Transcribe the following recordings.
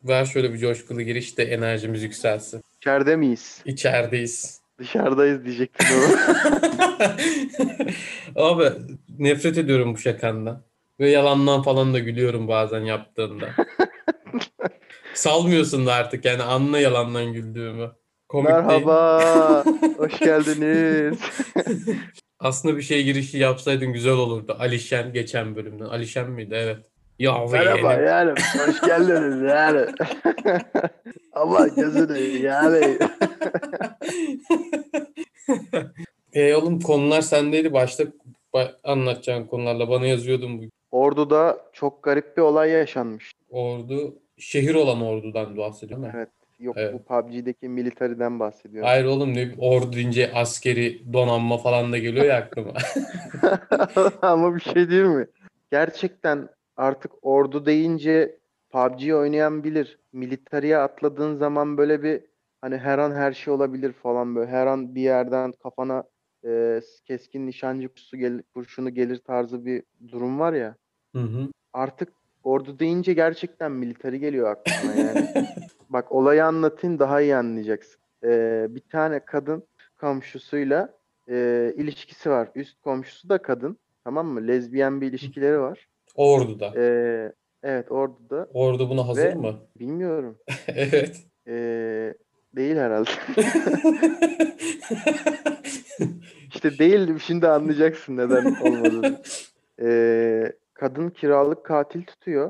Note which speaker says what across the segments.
Speaker 1: Ver şöyle bir coşkulu giriş de enerjimiz yükselsin.
Speaker 2: İçeride miyiz?
Speaker 1: İçerideyiz.
Speaker 2: Dışarıdayız diyecektin ama.
Speaker 1: Abi nefret ediyorum bu şakandan. Ve yalandan falan da gülüyorum bazen yaptığında. Salmıyorsun da artık yani anla yalandan güldüğümü. Komik değil.
Speaker 2: Merhaba. Hoş geldiniz.
Speaker 1: Aslında bir şey girişi yapsaydın güzel olurdu. Alişen geçen bölümden. Alişen miydi? Evet. Yahu
Speaker 2: Merhaba
Speaker 1: yeğenim.
Speaker 2: yani. Hoş geldiniz yani. Ama gözünü yani.
Speaker 1: Oğlum konular sendeydi. Başta anlatacağın konularla bana yazıyordun bu.
Speaker 2: Ordu'da çok garip bir olay yaşanmış.
Speaker 1: Ordu, şehir olan ordudan bahsediyor değil mi?
Speaker 2: Evet. Yok,
Speaker 1: Evet.
Speaker 2: bu PUBG'deki militariden bahsediyorum.
Speaker 1: Hayır oğlum ne ordu deyince askeri donanma falan da geliyor ya aklıma.
Speaker 2: Ama bir şey değil mi? Gerçekten artık ordu deyince PUBG oynayan bilir. Militariye atladığın zaman böyle bir hani her an her şey olabilir falan böyle. Her an bir yerden kafana keskin nişancı kurşunu gelir tarzı bir durum var ya.
Speaker 1: Hı hı.
Speaker 2: Artık ordu deyince gerçekten militari geliyor aklına yani. Bak, olayı anlatayım, daha iyi anlayacaksın. Bir tane kadın komşusuyla ilişkisi var. Üst komşusu da kadın. Tamam mı? Lezbiyen bir ilişkileri var.
Speaker 1: Ordu'da.
Speaker 2: Ee, evet, orada
Speaker 1: Ordu buna hazır
Speaker 2: ve
Speaker 1: mı?
Speaker 2: bilmiyorum.
Speaker 1: Evet.
Speaker 2: Ee, değil herhalde. İşte değil, şimdi anlayacaksın neden olmadığını. Kadın kiralık katil tutuyor.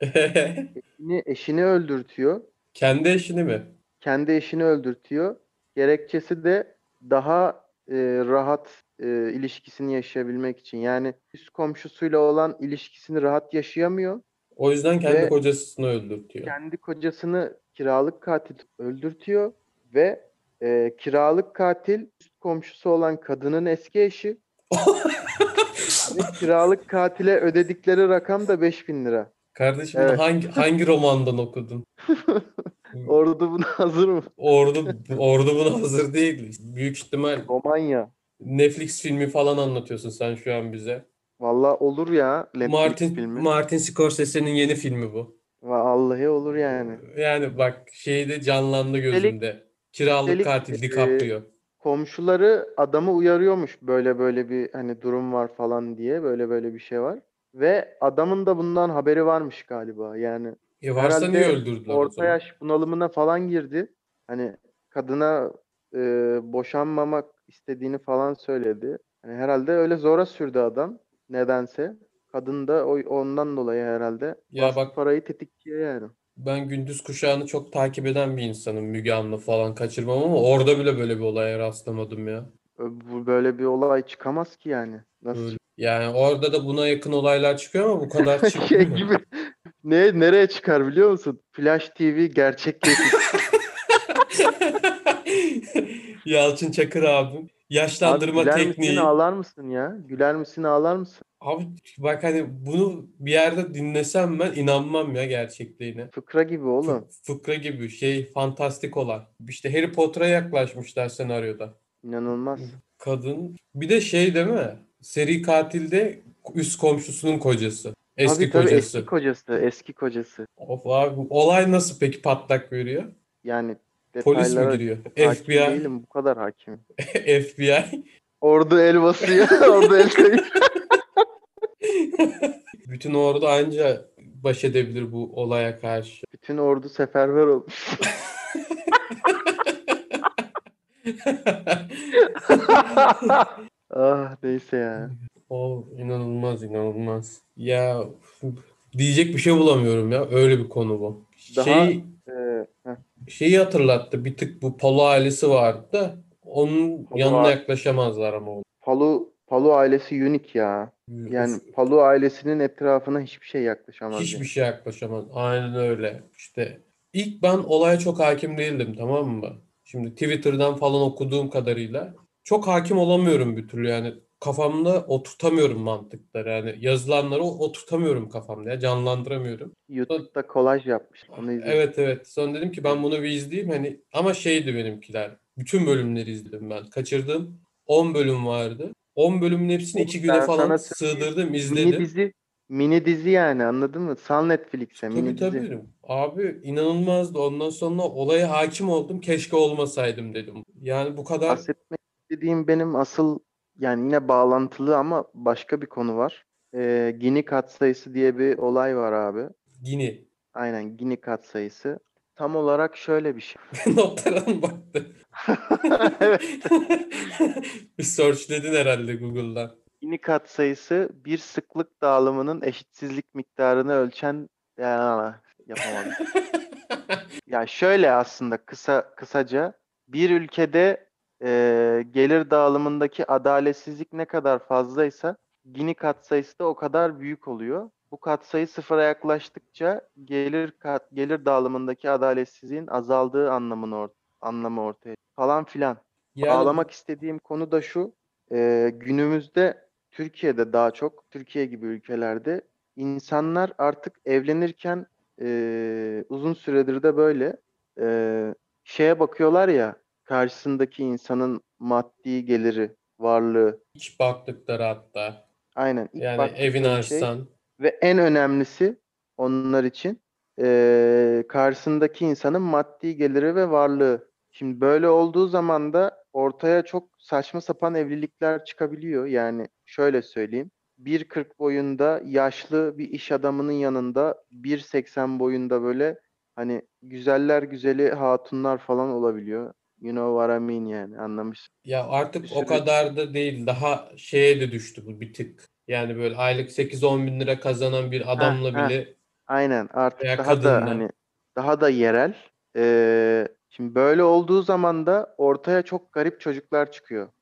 Speaker 2: Eşini öldürtüyor.
Speaker 1: Kendi eşini mi?
Speaker 2: Kendi eşini öldürtüyor. Gerekçesi de daha rahat ilişkisini yaşayabilmek için. Yani üst komşusuyla olan ilişkisini rahat yaşayamıyor
Speaker 1: O yüzden kendi
Speaker 2: ve
Speaker 1: kocasını öldürtüyor.
Speaker 2: kendi kocasını kiralık katil öldürtüyor ve kiralık katil üst komşusu olan kadının eski eşi ve kiralık katile ödedikleri rakam da 5.000 lira.
Speaker 1: Kardeşim bunu
Speaker 2: Evet.
Speaker 1: hangi romandan okudun?
Speaker 2: Orada buna hazır mı?
Speaker 1: Ordu buna hazır değil. Büyük ihtimal
Speaker 2: Romanya.
Speaker 1: Netflix filmi falan anlatıyorsun sen şu an bize.
Speaker 2: Valla olur ya, Netflix filmi.
Speaker 1: Martin Scorsese'nin yeni filmi bu.
Speaker 2: Vallahi olur yani.
Speaker 1: Yani bak şeyde canlandı
Speaker 2: Üstelik,
Speaker 1: gözümde. Kiralık
Speaker 2: üstelik
Speaker 1: katil DiCaprio.
Speaker 2: komşuları adamı uyarıyormuş, böyle böyle bir hani durum var falan diye, böyle böyle bir şey var. Ve adamın da bundan haberi varmış galiba. Yani
Speaker 1: Varsa niye
Speaker 2: herhalde
Speaker 1: öldürdüler o
Speaker 2: orta
Speaker 1: zaman?
Speaker 2: yaş bunalımına falan girdi. Hani kadına boşanmamak istediğini falan söyledi. Hani herhalde öyle zora sürdü adam nedense. Kadın da ondan dolayı herhalde
Speaker 1: Ya
Speaker 2: bastı
Speaker 1: bak
Speaker 2: parayı tetikçiye yani.
Speaker 1: ben gündüz kuşağını çok takip eden bir insanım. Müge Anlı falan kaçırmam ama orada bile böyle bir olaya rastlamadım ya.
Speaker 2: Bu böyle bir olay çıkamaz ki yani. Nasıl
Speaker 1: Böyle. Yani orada da buna yakın olaylar çıkıyor ama bu kadar
Speaker 2: şey
Speaker 1: çıkmıyor.
Speaker 2: gibi. Nereye çıkar biliyor musun? Flash TV gerçek kesit.
Speaker 1: Yalçın Çakır abim.
Speaker 2: Abi,
Speaker 1: Yaşlandırma
Speaker 2: güler misin
Speaker 1: tekniği.
Speaker 2: ağlar mısın ya? Güler misin ağlar mısın?
Speaker 1: Abi bak hani bunu bir yerde dinlesem ben inanmam ya gerçekliğine.
Speaker 2: Fıkra gibi oğlum.
Speaker 1: Fıkra gibi şey fantastik olan. İşte Harry Potter'a yaklaşmışlar senaryoda.
Speaker 2: İnanılmaz.
Speaker 1: Kadın. Bir de şey değil mi? Seri katilde üst komşusunun kocası.
Speaker 2: Tabii
Speaker 1: Eski
Speaker 2: tabii, eski
Speaker 1: kocası.
Speaker 2: kocası, eski kocası.
Speaker 1: Of abi olay nasıl peki patlak veriyor?
Speaker 2: Yani
Speaker 1: Polis mi
Speaker 2: detaylara
Speaker 1: giriyor?
Speaker 2: çok hakim
Speaker 1: FBI.
Speaker 2: değilim, bu kadar hakim.
Speaker 1: FBI.
Speaker 2: Ordu el basıyor, ordu el koyuyor.
Speaker 1: Bütün ordu anca baş edebilir bu olaya karşı.
Speaker 2: Bütün ordu seferber olmuş. Ah, neyse ya.
Speaker 1: O inanılmaz inanılmaz. Ya diyecek bir şey bulamıyorum ya. Öyle bir konu bu.
Speaker 2: Daha
Speaker 1: Şeyi hatırlattı. Bir tık bu Palo ailesi vardı da onun
Speaker 2: Palu,
Speaker 1: yanına yaklaşamazlar ama o.
Speaker 2: Palu ailesi unik ya.
Speaker 1: Of,
Speaker 2: Yani Palu ailesinin etrafına hiçbir şey yaklaşamaz
Speaker 1: hiçbir
Speaker 2: yani.
Speaker 1: şey yaklaşamaz. Aynen öyle. İşte ilk ben olaya çok hakim değildim tamam mı? Şimdi Twitter'dan falan okuduğum kadarıyla çok hakim olamıyorum bir türlü yani kafamda oturtamıyorum mantıkları yani yazılanları oturtamıyorum kafamda ya canlandıramıyorum. Sonra-
Speaker 2: YouTube'da kolaj yapmış. Onu izledim.
Speaker 1: Evet evet. Sonra dedim ki ben bunu bir izleyeyim hani ama şeydi benimkiler. Bütün bölümleri izledim ben. Kaçırdığım 10 bölüm vardı. 10 bölümün hepsini 2
Speaker 2: Oğlum,
Speaker 1: güne
Speaker 2: ben
Speaker 1: falan
Speaker 2: sana söyleyeyim.
Speaker 1: sığdırdım,
Speaker 2: Mini
Speaker 1: izledim.
Speaker 2: dizi mini dizi yani, anladın mı? Sal Netflix'e
Speaker 1: Tabii
Speaker 2: mini dizi.
Speaker 1: tabii. Abi inanılmazdı. Ondan sonra olaya hakim oldum. Keşke olmasaydım dedim. Yani bu kadar
Speaker 2: Bahsetmek istediğim benim asıl, yani yine bağlantılı ama başka bir konu var. Gini katsayısı diye bir olay var abi.
Speaker 1: Gini.
Speaker 2: Aynen, Gini katsayısı. Tam olarak şöyle bir şey.
Speaker 1: Notlara mı baktı?
Speaker 2: Evet.
Speaker 1: Bir searchledin herhalde Google'dan.
Speaker 2: Gini katsayısı bir sıklık dağılımının eşitsizlik miktarını ölçen, ya yapamadım. Ya şöyle, aslında kısaca bir ülkede gelir dağılımındaki adaletsizlik ne kadar fazlaysa Gini katsayısı da o kadar büyük oluyor. Bu katsayı sıfıra yaklaştıkça gelir dağılımındaki adaletsizliğin azaldığı anlamı ortaya falan filan.
Speaker 1: Yani
Speaker 2: Bağlamak istediğim konu da şu: günümüzde Türkiye'de, daha çok Türkiye gibi ülkelerde insanlar artık evlenirken, uzun süredir de böyle, e, şeye bakıyorlar ya, karşısındaki insanın maddi geliri, varlığı.
Speaker 1: hiç baktıkları hatta.
Speaker 2: Aynen, ilk
Speaker 1: Yani evini
Speaker 2: baktıkları şey
Speaker 1: açsan.
Speaker 2: ve en önemlisi onlar için karşısındaki insanın maddi geliri ve varlığı. Şimdi böyle olduğu zaman da ortaya çok saçma sapan evlilikler çıkabiliyor. Yani şöyle söyleyeyim: 1,40 boyunda yaşlı bir iş adamının yanında 1,80 boyunda böyle, hani güzeller güzeli hatunlar falan olabiliyor. You know what I mean, yani anlamış.
Speaker 1: Ya
Speaker 2: Bir
Speaker 1: artık o
Speaker 2: sürü.
Speaker 1: kadar da değil. Daha şeye de düştü bu bir tık. Yani böyle aylık 8-10 bin lira kazanan bir
Speaker 2: Ha
Speaker 1: adamla
Speaker 2: ha.
Speaker 1: bile
Speaker 2: Aynen, artık
Speaker 1: veya
Speaker 2: daha da
Speaker 1: kadınla.
Speaker 2: hani daha da yerel. Şimdi böyle olduğu zaman da ortaya çok garip çocuklar çıkıyor.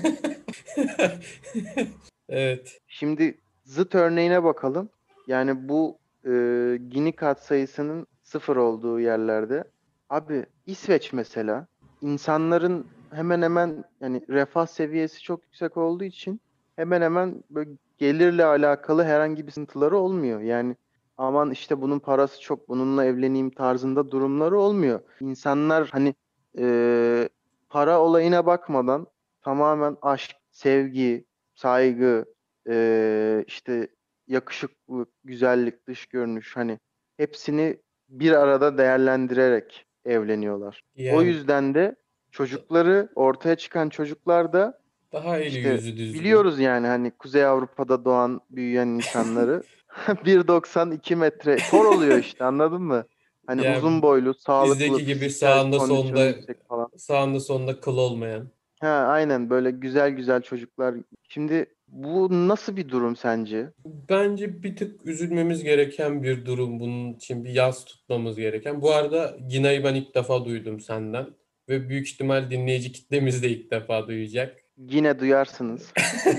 Speaker 1: Evet.
Speaker 2: Şimdi zıt örneğine bakalım. Yani bu Gini katsayısının sıfır olduğu yerlerde. Abi İsveç mesela, insanların hemen hemen, yani refah seviyesi çok yüksek olduğu için hemen hemen böyle gelirle alakalı herhangi bir sıkıntıları olmuyor. Yani aman işte bunun parası çok, bununla evleneyim tarzında durumları olmuyor. İnsanlar hani e, para olayına bakmadan tamamen aşk, sevgi, saygı, işte yakışıklılık, güzellik, dış görünüş, hani hepsini bir arada değerlendirerek evleniyorlar. O
Speaker 1: Yani
Speaker 2: yüzden de ortaya çıkan çocuklar da
Speaker 1: daha eli
Speaker 2: işte
Speaker 1: yüzü düzgün.
Speaker 2: biliyoruz yani, hani Kuzey Avrupa'da doğan, büyüyen insanları 1,90 2 metre Thor oluyor işte, anladın mı? Hani
Speaker 1: Ya
Speaker 2: uzun boylu, sağlıklı,
Speaker 1: bizdeki gibi
Speaker 2: fiziksel
Speaker 1: sağında
Speaker 2: kondisyonu
Speaker 1: sonda
Speaker 2: yüksek falan.
Speaker 1: kıl olmayan.
Speaker 2: Ha, aynen, böyle güzel güzel çocuklar. Şimdi bu nasıl bir durum sence?
Speaker 1: Bence bir tık üzülmemiz gereken bir durum. Bunun için bir yas tutmamız gereken. Bu arada Gina'yı ben ilk defa duydum senden. Ve büyük ihtimal dinleyici kitlemiz de ilk defa duyacak.
Speaker 2: Yine duyarsınız.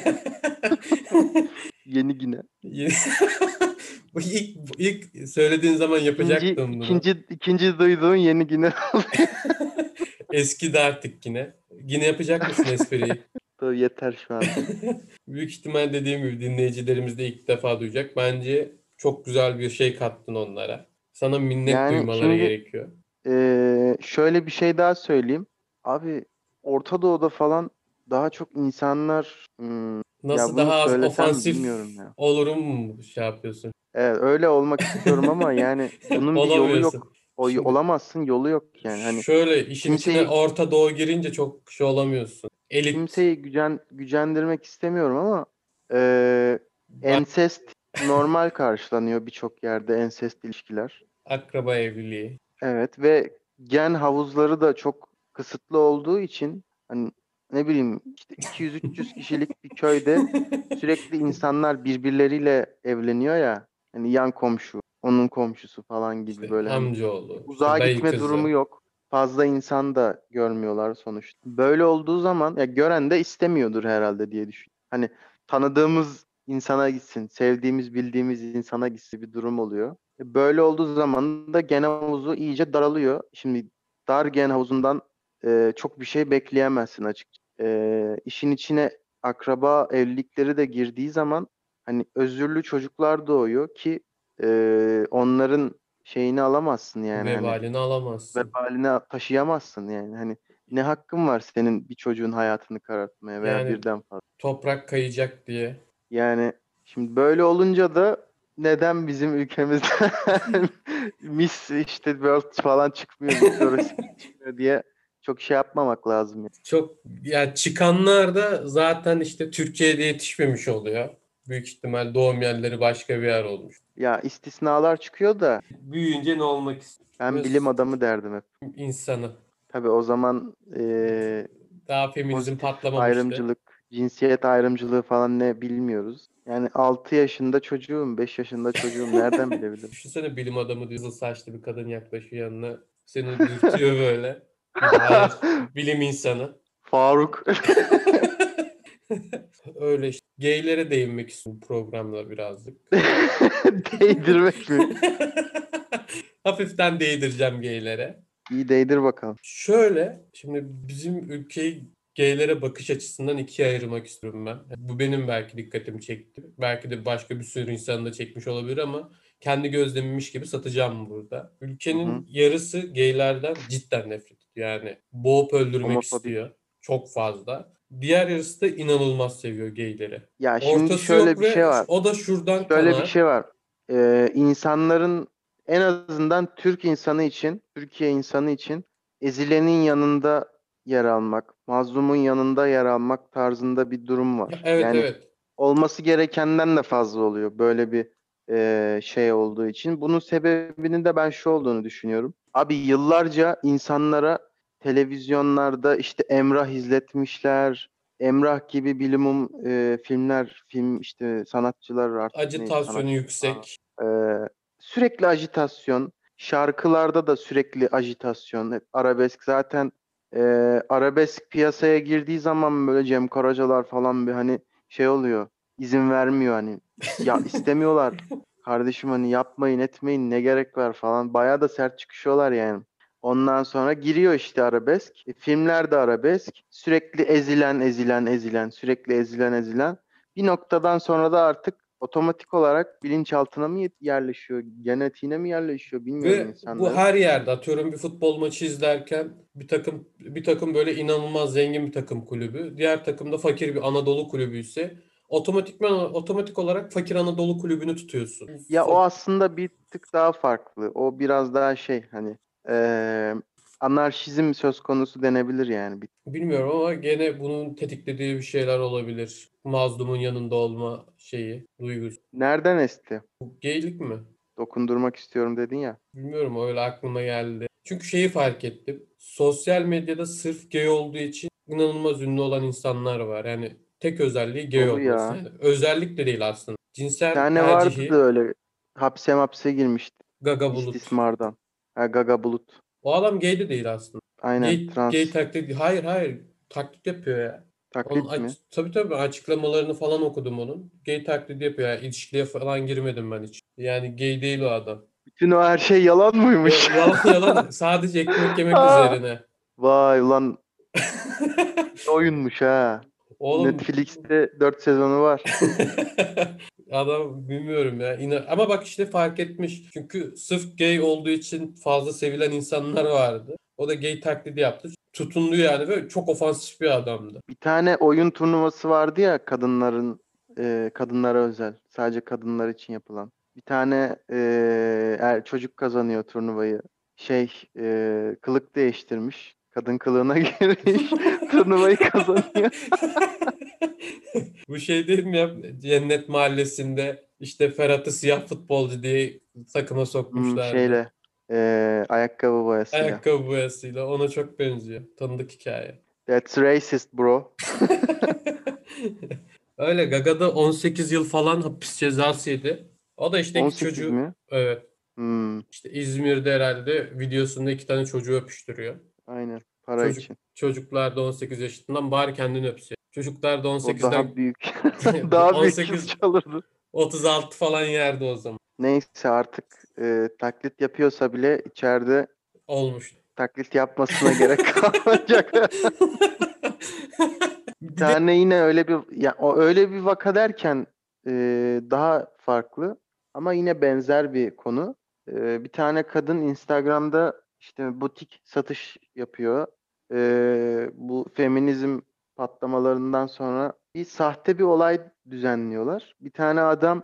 Speaker 2: Yeni yine.
Speaker 1: Bu ilk söylediğin zaman
Speaker 2: İkinci,
Speaker 1: yapacaktım bunu.
Speaker 2: ikinci, ikinci duyduğun yeni yine.
Speaker 1: Eski de artık yine. Yine yapacak mısın espriyi?
Speaker 2: Tabii, yeter şu anda.
Speaker 1: Büyük ihtimal dediğim gibi dinleyicilerimiz de ilk defa duyacak. Bence çok güzel bir şey kattın onlara. Sana minnet
Speaker 2: Yani
Speaker 1: duymaları
Speaker 2: şimdi
Speaker 1: gerekiyor.
Speaker 2: şöyle bir şey daha söyleyeyim. Abi, Orta Doğu'da falan daha çok insanlar, ya
Speaker 1: Nasıl
Speaker 2: bunu
Speaker 1: daha az
Speaker 2: söylesem
Speaker 1: ofansif
Speaker 2: bilmiyorum ya.
Speaker 1: olurum mu şey yapıyorsun?
Speaker 2: Evet, öyle olmak istiyorum ama yani bunun bir yolu yok.
Speaker 1: Olamıyorsun. Şimdi
Speaker 2: Olamazsın, yolu yok yani. Hani
Speaker 1: şöyle işin içine
Speaker 2: kimseyi
Speaker 1: Orta Doğu girince çok şey olamıyorsun. Elit.
Speaker 2: kimseyi gücendirmek istemiyorum ama e,
Speaker 1: Bak,
Speaker 2: ensest normal karşılanıyor birçok yerde, ensest ilişkiler.
Speaker 1: akraba evliliği.
Speaker 2: Evet, ve gen havuzları da çok kısıtlı olduğu için, hani ne bileyim, işte 200-300 kişilik bir köyde sürekli insanlar birbirleriyle evleniyor ya. Hani yan komşu, onun komşusu falan gibi,
Speaker 1: İşte
Speaker 2: böyle hani
Speaker 1: amcaoğlu, işte
Speaker 2: uzağa
Speaker 1: dayı
Speaker 2: gitme durumu
Speaker 1: kızı.
Speaker 2: yok. Fazla insan da görmüyorlar sonuçta. Böyle olduğu zaman ya gören de istemiyordur herhalde diye düşünüyorum. Hani tanıdığımız insana gitsin, sevdiğimiz, bildiğimiz insana gitsin bir durum oluyor. Böyle olduğu zaman da gen havuzu iyice daralıyor. Şimdi dar gen havuzundan çok bir şey bekleyemezsin açıkçası. İşin içine akraba evlilikleri de girdiği zaman hani özürlü çocuklar doğuyor ki onların şeyini alamazsın yani, hani
Speaker 1: Vebalini alamazsın.
Speaker 2: vebalini taşıyamazsın yani. Hani ne hakkın var senin bir çocuğun hayatını karartmaya veya
Speaker 1: Yani
Speaker 2: birden fazla.
Speaker 1: toprak kayacak diye.
Speaker 2: Yani şimdi böyle olunca da neden bizim ülkemizden Miss işte World falan çıkmıyor, Victoria's Secret çıkmıyor diye çok şey yapmamak lazım ya.
Speaker 1: Çok yani çıkanlar da zaten işte Türkiye'de yetişmemiş oluyor. Büyük ihtimal doğum yerleri başka bir yer olmuş.
Speaker 2: Ya istisnalar çıkıyor da
Speaker 1: Büyüyünce ne olmak
Speaker 2: ben bilim
Speaker 1: istiyoruz?
Speaker 2: adamı derdim hep.
Speaker 1: İnsanı.
Speaker 2: Tabii o zaman
Speaker 1: Daha feminizm
Speaker 2: pozitif
Speaker 1: patlamamıştı.
Speaker 2: ayrımcılık, cinsiyet ayrımcılığı falan ne bilmiyoruz. Yani 6 yaşında çocuğum, 5 yaşında çocuğum nereden bilebilirim?
Speaker 1: Düşünsene bilim adamı diyor, saçlı bir kadın yaklaşıyor yanına. Seni dürtüyor böyle. Hayır. Bilim insanı.
Speaker 2: Faruk.
Speaker 1: Öyle işte. Gaylere değinmek istiyorum programda birazcık.
Speaker 2: Değdirmek mi?
Speaker 1: Hafiften değdireceğim gaylere.
Speaker 2: İyi değdir bakalım.
Speaker 1: Şöyle, şimdi bizim ülkeyi gaylere bakış açısından ikiye ayırmak istiyorum ben. Bu benim belki dikkatimi çekti. Belki de başka bir sürü insanın da çekmiş olabilir ama kendi gözlemimmiş gibi satacağım burada.
Speaker 2: Hı hı.
Speaker 1: Ülkenin yarısı gaylerden cidden nefret ediyor. Yani boğup öldürmek istiyor.
Speaker 2: Homofobik.
Speaker 1: Çok fazla. Diğer yarısı da inanılmaz seviyor gayleri.
Speaker 2: Ya şimdi
Speaker 1: Ortası yok
Speaker 2: şöyle bir şey
Speaker 1: ve
Speaker 2: var.
Speaker 1: o da şuradan
Speaker 2: Şöyle bir
Speaker 1: kanar.
Speaker 2: şey var. İnsanların en azından Türk insanı için, Türkiye insanı için ezilenin yanında yer almak, mazlumun yanında yer almak tarzında bir durum
Speaker 1: Ya,
Speaker 2: var.
Speaker 1: evet,
Speaker 2: Yani
Speaker 1: evet.
Speaker 2: olması gerekenden de fazla oluyor böyle bir şey olduğu için. Bunun sebebinin de ben şu olduğunu düşünüyorum. Abi yıllarca insanlara televizyonlarda işte Emrah izletmişler. Emrah gibi bilimum filmler, film işte sanatçılar artık neyse
Speaker 1: Acitasyonu
Speaker 2: sanatçı.
Speaker 1: yüksek.
Speaker 2: E, Sürekli ajitasyon. Şarkılarda da sürekli ajitasyon. Hep arabesk zaten e, arabesk piyasaya girdiği zaman böyle Cem Karacalar falan bir hani şey oluyor. İzin vermiyor hani. Ya istemiyorlar. Kardeşim hani yapmayın etmeyin ne gerek var falan. Bayağı da sert çıkışıyorlar yani. Ondan sonra giriyor işte arabesk. Filmler de arabesk. Sürekli ezilen ezilen ezilen. Sürekli ezilen ezilen. Bir noktadan sonra da artık otomatik olarak bilinçaltına mı yerleşiyor? Genetiğine mi yerleşiyor? Bilmiyorum
Speaker 1: Ve bu
Speaker 2: insanların.
Speaker 1: her yerde, atıyorum bir futbol maçı izlerken bir takım böyle inanılmaz zengin bir takım kulübü, diğer takım da fakir bir Anadolu kulübü ise otomatik olarak fakir Anadolu kulübünü tutuyorsun.
Speaker 2: Ya o aslında bir tık daha farklı. O biraz daha şey hani eee, anarşizm söz konusu denebilir yani.
Speaker 1: Bilmiyorum ama gene bunun tetiklediği bir şeyler olabilir. Mazlumun yanında olma şeyi, duygusu.
Speaker 2: Nereden esti?
Speaker 1: Bu geylik mi?
Speaker 2: Dokundurmak istiyorum dedin ya.
Speaker 1: Bilmiyorum, öyle aklıma geldi. Çünkü şeyi fark ettim. Sosyal medyada sırf gay olduğu için inanılmaz ünlü olan insanlar var. Yani tek özelliği gay
Speaker 2: Dolu
Speaker 1: olması.
Speaker 2: ya.
Speaker 1: Yani özellik de değil aslında.
Speaker 2: Bir
Speaker 1: Cinsel
Speaker 2: tane vardı da
Speaker 1: tercihi
Speaker 2: öyle hapse girmişti
Speaker 1: Gaga Bulut.
Speaker 2: istismardan. Ha, Gaga Bulut.
Speaker 1: O adam gay de değil aslında.
Speaker 2: Aynen
Speaker 1: Gay
Speaker 2: trans.
Speaker 1: taklit. Hayır, hayır. Taklit yapıyor ya.
Speaker 2: Taklit mi?
Speaker 1: Tabii açıklamalarını falan okudum onun. Gay taklidi yapıyor. Yani ilişkiye falan girmedim ben hiç. Yani gay değil o adam.
Speaker 2: Bütün o her şey yalan mıymış?
Speaker 1: Yalan yalan, sadece ekmek yemek
Speaker 2: Aa,
Speaker 1: üzerine.
Speaker 2: vay ulan ne oyunmuş ha.
Speaker 1: Oğlum,
Speaker 2: Netflix'te 4 sezonu var.
Speaker 1: adam bilmiyorum ya. Ama bak işte fark etmiş. Çünkü sırf gay olduğu için fazla sevilen insanlar vardı. O da gay taklidi yaptı. Tutundu yani ve çok ofansif bir adamdı.
Speaker 2: Bir tane oyun turnuvası vardı ya kadınlara özel. Sadece kadınlar için yapılan. Bir tane çocuk kazanıyor turnuvayı. Kılık değiştirmiş. Kadın kılığına girmiş. Turnuvayı kazanıyor.
Speaker 1: Bu şey değil mi ya? Cennet Mahallesi'nde işte Ferhat'ı siyah futbolcu diye takıma sokmuşlardı.
Speaker 2: Ayakkabı boyasıyla.
Speaker 1: Ayakkabı boyasıyla. Ona çok benziyor. Tanıdık hikaye.
Speaker 2: That's racist bro.
Speaker 1: Öyle, Gaga'da 18 yıl falan hapis cezası yedi. O da işte iki
Speaker 2: 18
Speaker 1: çocuğu,
Speaker 2: mi?
Speaker 1: evet,
Speaker 2: Hmm,
Speaker 1: işte İzmir'de herhalde videosunda iki tane çocuğu öpüştürüyor.
Speaker 2: aynen. Para için.
Speaker 1: Çocuklar da 18 yaşından, bari kendini öpsün. Çocuklar da
Speaker 2: O
Speaker 1: 18'den
Speaker 2: daha büyük. Daha büyük
Speaker 1: 18
Speaker 2: yılçı alırdı.
Speaker 1: 36 falan yerdi o zaman.
Speaker 2: Neyse artık taklit yapıyorsa bile içeride
Speaker 1: Olmuş.
Speaker 2: taklit yapmasına gerek kalmayacak. Bir
Speaker 1: Bir de
Speaker 2: tane yine öyle bir ya o öyle bir vaka derken daha farklı ama yine benzer bir konu. Bir tane kadın Instagram'da işte butik satış yapıyor. Bu feminizm patlamalarından sonra bir sahte bir olay düzenliyorlar. Bir tane adam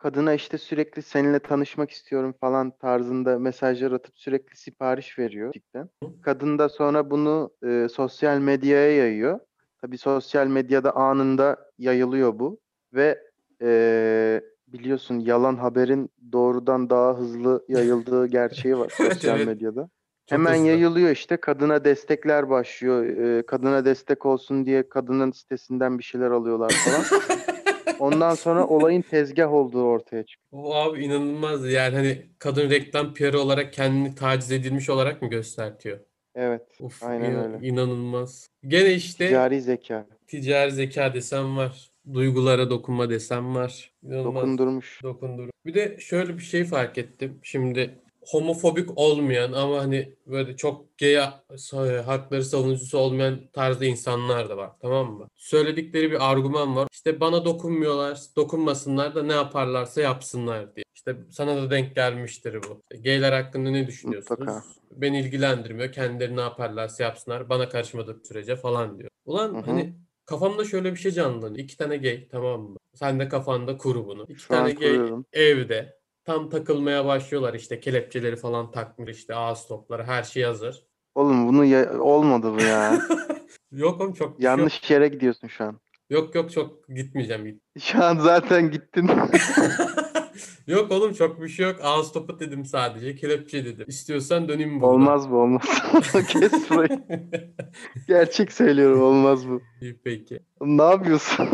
Speaker 2: kadına işte sürekli seninle tanışmak istiyorum falan tarzında mesajlar atıp sürekli sipariş veriyor cidden. Kadın da sonra bunu sosyal medyaya yayıyor. Tabii sosyal medyada anında yayılıyor bu ve biliyorsun yalan haberin doğrudan daha hızlı yayıldığı gerçeği var
Speaker 1: Evet,
Speaker 2: sosyal
Speaker 1: evet.
Speaker 2: medyada.
Speaker 1: Çok
Speaker 2: Hemen
Speaker 1: hızlı.
Speaker 2: yayılıyor işte kadına destekler başlıyor. Kadına destek olsun diye kadının sitesinden bir şeyler alıyorlar falan. Ondan sonra olayın tezgah olduğu ortaya çıkıyor.
Speaker 1: O abi inanılmaz. Yani hani kadın reklam PR'ı olarak kendini taciz edilmiş olarak mı göstertiyor?
Speaker 2: Evet,
Speaker 1: Uf,
Speaker 2: aynen öyle.
Speaker 1: inanılmaz. Gene işte
Speaker 2: Ticari zeka
Speaker 1: ticari zeka desem var. Duygulara dokunma desem var. İnanılmaz
Speaker 2: dokundurmuş.
Speaker 1: dokundur. Bir de şöyle bir şey fark ettim. Şimdi homofobik olmayan ama hani böyle çok gay hakları savunucusu olmayan tarzda insanlar da var. Tamam mı? Söyledikleri bir argüman var. İşte bana dokunmuyorlar, dokunmasınlar da ne yaparlarsa yapsınlar diye. İşte sana da denk gelmiştir bu. İşte gayler hakkında ne
Speaker 2: Mutlaka.
Speaker 1: düşünüyorsunuz? Beni ilgilendirmiyor. Kendileri ne yaparlarsa yapsınlar. Bana karışmadık sürece falan diyor.
Speaker 2: Hı
Speaker 1: Ulan
Speaker 2: hı.
Speaker 1: hani kafamda şöyle bir şey canlanıyor. İki tane gay, tamam mı? Sen de kafanda kur bunu. İki
Speaker 2: Şu an
Speaker 1: tane gay
Speaker 2: kuruyorum.
Speaker 1: evde tam takılmaya başlıyorlar, işte kelepçeleri falan takmış, işte ağız topları, her şey hazır.
Speaker 2: Oğlum olmadı bu ya.
Speaker 1: Yok oğlum, çok bir şey yok.
Speaker 2: Yanlış yere gidiyorsun şu an.
Speaker 1: Yok yok, çok gitmeyeceğim.
Speaker 2: Şu an zaten gittin.
Speaker 1: Yok oğlum, çok bir şey yok. Ağız topu dedim sadece. Kelepçe dedim. İstiyorsan döneyim buradan.
Speaker 2: Olmaz bu olmaz. Kes burayı. Gerçek söylüyorum olmaz bu.
Speaker 1: İyi peki.
Speaker 2: Oğlum ne yapıyorsun?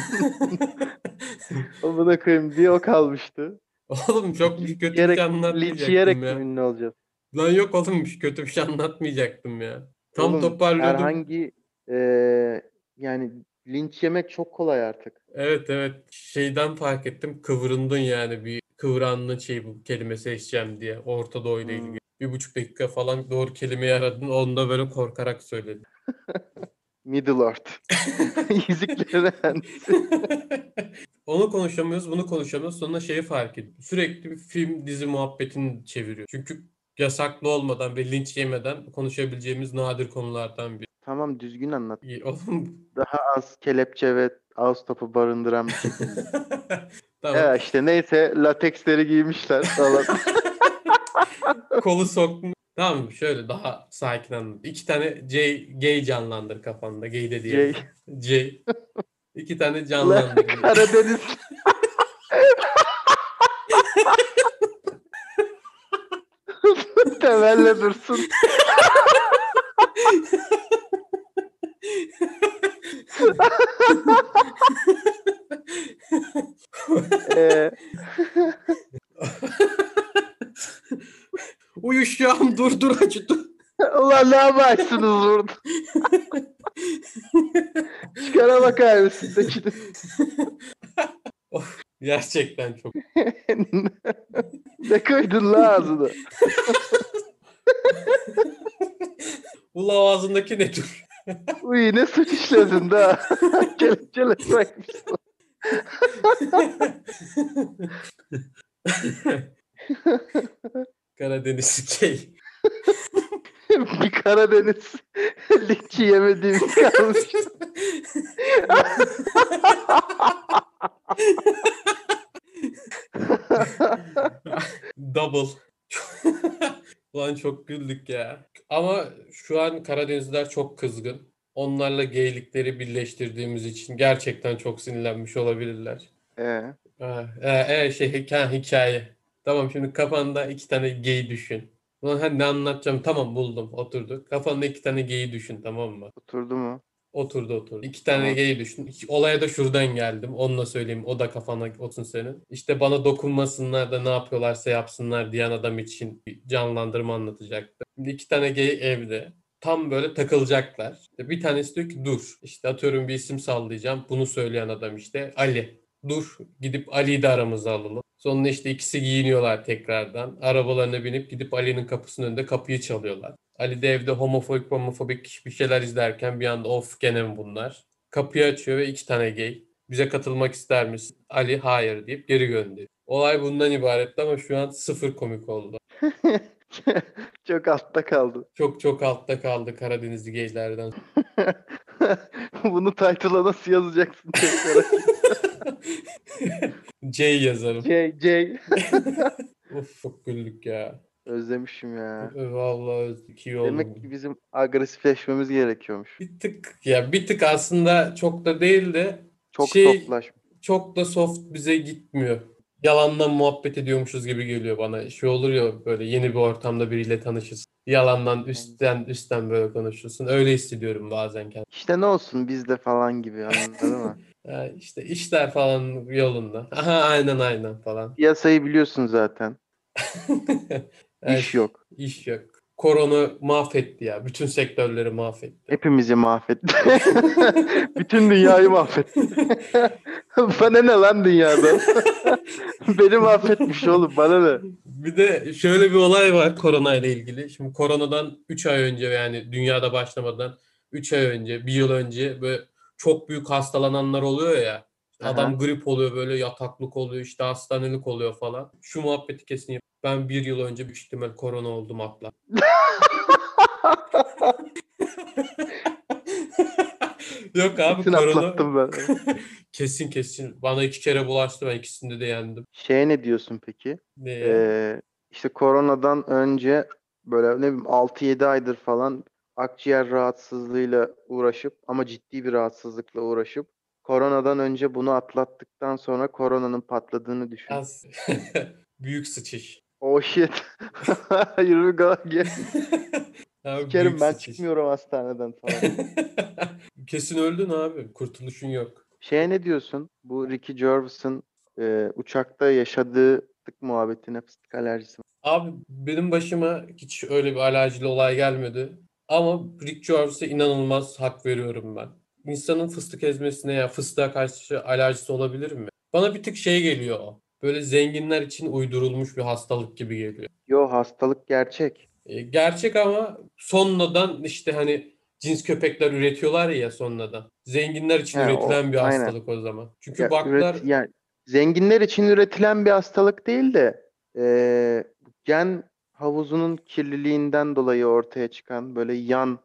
Speaker 2: Amına koyayım bir o kalmıştı.
Speaker 1: Oğlum çok bir kötü bir şey
Speaker 2: Linç
Speaker 1: anlatmayacaktım
Speaker 2: yiyerek mi
Speaker 1: ya.
Speaker 2: ünlü olacağız?
Speaker 1: Lan yok oğlum, kötü bir şey anlatmayacaktım ya. Tam
Speaker 2: Oğlum
Speaker 1: toparlıyordum.
Speaker 2: herhangi yani linç yemek çok kolay artık.
Speaker 1: Evet, evet, şeyden fark ettim, kıvrındın yani, bir kıvrandın şey, bu kelime seçeceğim diye Orta Doğu ile
Speaker 2: Hmm.
Speaker 1: ilgili. 1,5 dakika falan doğru kelimeyi aradın, onu da böyle korkarak söyledin.
Speaker 2: Middle Earth. Yüzüklerin Efendisi.
Speaker 1: Onu konuşamıyoruz, bunu konuşamıyoruz. Sonra şeyi fark ettim. Sürekli bir film dizi muhabbetini çeviriyor. Çünkü yasaklı olmadan ve linç yemeden konuşabileceğimiz nadir konulardan biri.
Speaker 2: Tamam düzgün anlat.
Speaker 1: İyi, oğlum.
Speaker 2: Daha az kelepçe ve ağız topu barındıran bir şekilde.
Speaker 1: Tamam.
Speaker 2: Ya işte neyse lateksleri giymişler falan.
Speaker 1: Kolu soktum. Tamam, şöyle daha sakin anlat. İki tane gay canlandır kafanda. Gay de
Speaker 2: J.
Speaker 1: diyelim. J. İki tane
Speaker 2: La
Speaker 1: canlandır.
Speaker 2: Karadeniz. Temelle dursun. Ee,
Speaker 1: Uyuşacağım, dur dur, acıdı.
Speaker 2: ulan ne yaparsınız burada? Çıkara bakar mısın üstündekini?
Speaker 1: Of, gerçekten çok.
Speaker 2: Ne koydun la ağzına?
Speaker 1: Bu lavazındaki ne tür?
Speaker 2: Uy ne suç işledin daha. Kelepçele bırakmışsın.
Speaker 1: Karadeniz gay.
Speaker 2: Bir Karadeniz linçi yemediğimiz kalmış.
Speaker 1: Double. Ulan çok güldük ya. Ama şu an Karadenizliler çok kızgın. Onlarla geylikleri birleştirdiğimiz için gerçekten çok sinirlenmiş olabilirler.
Speaker 2: Ee,
Speaker 1: Hikaye. Tamam, şimdi kafanda iki tane gay düşün. Ulan ne anlatacağım? Tamam, buldum, oturduk. Kafanda iki tane gay düşün, tamam mı?
Speaker 2: oturdu mu?
Speaker 1: Oturdu. İki tane
Speaker 2: Tamam.
Speaker 1: gay düşün. Olaya da şuradan geldim. Onu da söyleyeyim. O da kafana otursun senin. İşte bana dokunmasınlar da ne yapıyorlarsa yapsınlar diyen adam için bir canlandırma anlatacaktı. Şimdi iki tane gay evde. Tam böyle takılacaklar. İşte bir tanesi diyor ki dur. İşte atıyorum, bir isim sallayacağım. Bunu söyleyen adam işte Ali. Dur, gidip Ali'yi de aramıza alalım. Sonra işte ikisi giyiniyorlar tekrardan. Arabalarına binip gidip Ali'nin kapısının önünde kapıyı çalıyorlar. Ali de evde homofobik bir şeyler izlerken bir anda of, gene mi bunlar? Kapıyı açıyor ve iki tane gay. Bize katılmak ister misin? Ali hayır deyip geri gönderiyor. Olay bundan ibaretti ama şu an sıfır komik oldu.
Speaker 2: Çok altta kaldı.
Speaker 1: Çok çok altta kaldı Karadenizli gaylerden.
Speaker 2: Bunu title'a nasıl yazacaksın çok merak ettim.
Speaker 1: C yazarım.
Speaker 2: J.
Speaker 1: Of çok güldük ya.
Speaker 2: Özlemişim ya.
Speaker 1: Vallahi özledik, iyi oldu.
Speaker 2: Demek ki bizim agresifleşmemiz gerekiyormuş.
Speaker 1: Bir tık aslında çok da değil de
Speaker 2: Çok
Speaker 1: şey,
Speaker 2: softlaşmış.
Speaker 1: çok da soft bize gitmiyor. Yalandan muhabbet ediyormuşuz gibi geliyor bana. Şey olur ya, böyle yeni bir ortamda biriyle tanışırsın. Yalandan üstten böyle konuşursun. Öyle hissediyorum bazen kendimi.
Speaker 2: İşte ne olsun bizde falan gibi, anladın mı?
Speaker 1: İşte işler falan yolunda. Aha, aynen falan.
Speaker 2: Piyasayı biliyorsun zaten.
Speaker 1: Yani
Speaker 2: İş yok.
Speaker 1: iş yok. Korona mahvetti ya. Bütün sektörleri mahvetti.
Speaker 2: Hepimizi mahvetti. Bütün dünyayı mahvetti. Bana ne lan dünyadan? Beni mahvetmiş oğlum, bana ne?
Speaker 1: Bir de şöyle bir olay var korona ile ilgili. Şimdi koronadan 3 ay önce, yani dünyada başlamadan 3 ay önce, bir yıl önce böyle çok büyük hastalananlar oluyor ya.
Speaker 2: Aha.
Speaker 1: Adam grip oluyor, böyle yataklık oluyor, işte hastanelik oluyor falan. Şu muhabbeti kesin yap. Ben bir yıl önce büyük ihtimal korona oldum atla. Yok abi,
Speaker 2: Kesin
Speaker 1: korona
Speaker 2: atlattım ben.
Speaker 1: kesin bana 2 kere bulaştı, ben ikisinde de yendim.
Speaker 2: Şeye ne diyorsun peki?
Speaker 1: Ne ya?
Speaker 2: İşte koronadan önce böyle ne bileyim 6-7 aydır falan akciğer rahatsızlığıyla uğraşıp, ama ciddi bir rahatsızlıkla uğraşıp, koronadan önce bunu atlattıktan sonra koronanın patladığını düşün.
Speaker 1: Az büyük sıçış.
Speaker 2: Oh shit. Here we go again.
Speaker 1: Abi büyük
Speaker 2: Sikerim, ben
Speaker 1: sıçış.
Speaker 2: çıkmıyorum hastaneden falan.
Speaker 1: Kesin öldün abi. Kurtuluşun yok.
Speaker 2: Şeye ne diyorsun? Bu Ricky Gervais'ın uçakta yaşadığı fıstık muhabbetine, fıstık alerjisi.
Speaker 1: Abi benim başıma hiç öyle bir alerjili olay gelmedi. Ama Rick Gervais'e inanılmaz hak veriyorum ben. İnsanın fıstık ezmesine ya fıstığa karşı alerjisi olabilir mi? Bana bir tık şey geliyor o. Böyle zenginler için uydurulmuş bir hastalık gibi geliyor.
Speaker 2: Yo, hastalık gerçek.
Speaker 1: Gerçek ama sonradan işte hani cins köpekler üretiyorlar ya sonradan. Zenginler için
Speaker 2: He, o
Speaker 1: üretilen bir
Speaker 2: aynen.
Speaker 1: hastalık o zaman. Çünkü
Speaker 2: Ya
Speaker 1: baklar,
Speaker 2: yani zenginler için üretilen bir hastalık değil de gen havuzunun kirliliğinden dolayı ortaya çıkan böyle yan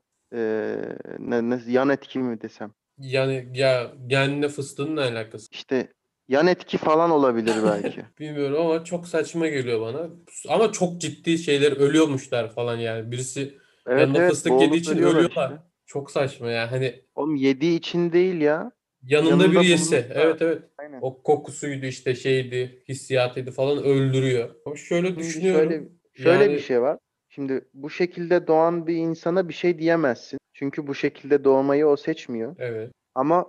Speaker 2: yan etki mi desem?
Speaker 1: yani ya genle fıstığın ne alakası?
Speaker 2: İşte yan etki falan olabilir belki.
Speaker 1: Bilmiyorum ama çok saçma geliyor bana. Ama çok ciddi şeyler ölüyormuşlar falan yani. Birisi
Speaker 2: Evet
Speaker 1: yanında
Speaker 2: evet,
Speaker 1: fıstık yediği
Speaker 2: boğulup
Speaker 1: için
Speaker 2: ölüyorlar
Speaker 1: ölüyorlar.
Speaker 2: işte.
Speaker 1: Çok saçma ya. Hani
Speaker 2: Oğlum yediği için değil ya.
Speaker 1: yanında bir
Speaker 2: Yanında
Speaker 1: yese.
Speaker 2: bulunursa.
Speaker 1: Evet, evet.
Speaker 2: Aynen.
Speaker 1: O kokusuydu işte, şeydi, hissiyatıydı falan, öldürüyor. Ama şöyle
Speaker 2: Şimdi şöyle
Speaker 1: düşünüyorum.
Speaker 2: şöyle bir
Speaker 1: Yani
Speaker 2: şey var. Şimdi bu şekilde doğan bir insana bir şey diyemezsin. Çünkü bu şekilde doğmayı o seçmiyor.
Speaker 1: evet.
Speaker 2: Ama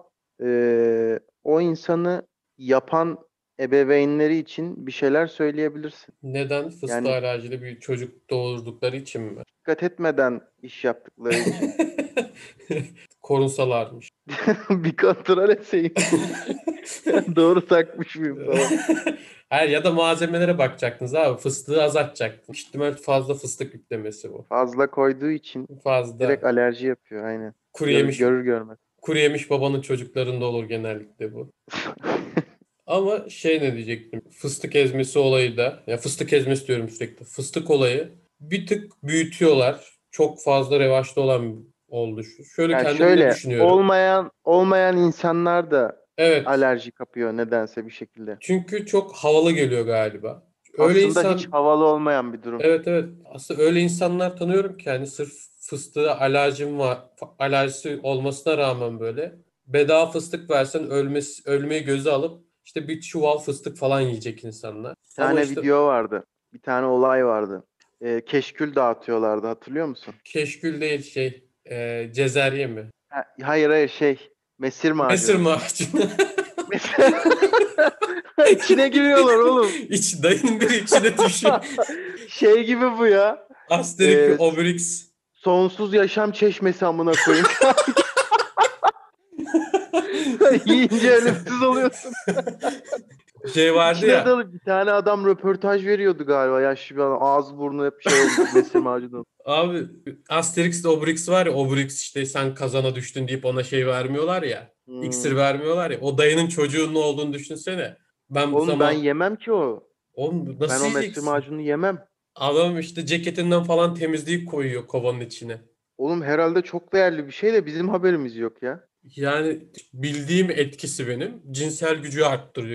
Speaker 2: o insanı yapan ebeveynleri için bir şeyler söyleyebilirsin.
Speaker 1: Neden? Fıstığa
Speaker 2: Yani
Speaker 1: alerjili bir çocuk doğurdukları için mi?
Speaker 2: dikkat etmeden iş yaptıkları için.
Speaker 1: Korunsalarmış.
Speaker 2: Bir kontrol etseymişiz. Doğru takmış mıyım falan.
Speaker 1: Hayır, ya da malzemelere bakacaktınız abi. Fıstığı azaltacaktınız. İhtimal fazla fıstık yüklemesi bu.
Speaker 2: Fazla koyduğu için direkt
Speaker 1: Fazla
Speaker 2: alerji yapıyor. Aynen.
Speaker 1: kuru yemiş
Speaker 2: Görür görmez.
Speaker 1: kuru yemiş babanın çocuklarında olur genellikle bu. Ama şey, ne diyecektim? Fıstık ezmesi olayı da, ya fıstık ezmesi diyorum sürekli. Fıstık olayı bir tık büyütüyorlar. Çok fazla revaçta olan oldu. Şöyle
Speaker 2: Yani
Speaker 1: kendimde
Speaker 2: şöyle
Speaker 1: düşünüyorum.
Speaker 2: olmayan insanlar da
Speaker 1: Evet.
Speaker 2: alerji kapıyor nedense bir şekilde.
Speaker 1: Çünkü çok havalı geliyor galiba. Öyle
Speaker 2: Aslında hiç
Speaker 1: insan,
Speaker 2: havalı olmayan bir durum.
Speaker 1: evet, evet. Aslında öyle insanlar tanıyorum ki hani sırf fıstığa alerjim var, alerjisi olmasına rağmen böyle bedava fıstık versen ölmeyi göze alıp işte bir çuval fıstık falan yiyecek insanlar.
Speaker 2: Bir
Speaker 1: Ama
Speaker 2: tane
Speaker 1: işte
Speaker 2: video vardı. Bir tane olay vardı. Keşkül dağıtıyorlardı, hatırlıyor musun?
Speaker 1: keşkül değil, şey, cezerye mi?
Speaker 2: Hayır hayır, mesir
Speaker 1: Mesir
Speaker 2: macunu.
Speaker 1: macunu.
Speaker 2: Mesir... İçine giriyorlar oğlum.
Speaker 1: Dayının biri içine düşüyor.
Speaker 2: Şey gibi bu ya.
Speaker 1: Asterix,
Speaker 2: Ee,
Speaker 1: Obelix.
Speaker 2: Sonsuz yaşam çeşmesi amına koyayım. Yiyince ölümsüz oluyorsun.
Speaker 1: Şey vardı
Speaker 2: İçine
Speaker 1: ya.
Speaker 2: dalıp bir tane adam röportaj veriyordu galiba. Yaşlı bir adam. Ağzı burnu hep şey olmuş. Mesir macunu.
Speaker 1: Abi Asterix de Obelix var ya, Obelix işte sen kazana düştün deyip ona şey vermiyorlar ya.
Speaker 2: Hmm.
Speaker 1: İksir vermiyorlar ya. O dayının çocuğunun olduğunu düşünsene. Ben
Speaker 2: Oğlum ben
Speaker 1: zaman
Speaker 2: yemem ki o.
Speaker 1: oğlum
Speaker 2: Ben
Speaker 1: nasıl
Speaker 2: o mesir
Speaker 1: yiyeceksin?
Speaker 2: macunu yemem.
Speaker 1: Adam işte ceketinden falan temizleyip koyuyor kovanın içine.
Speaker 2: Oğlum herhalde çok değerli bir şey de bizim haberimiz yok ya.
Speaker 1: Yani bildiğim etkisi benim. Cinsel gücü arttırıyor.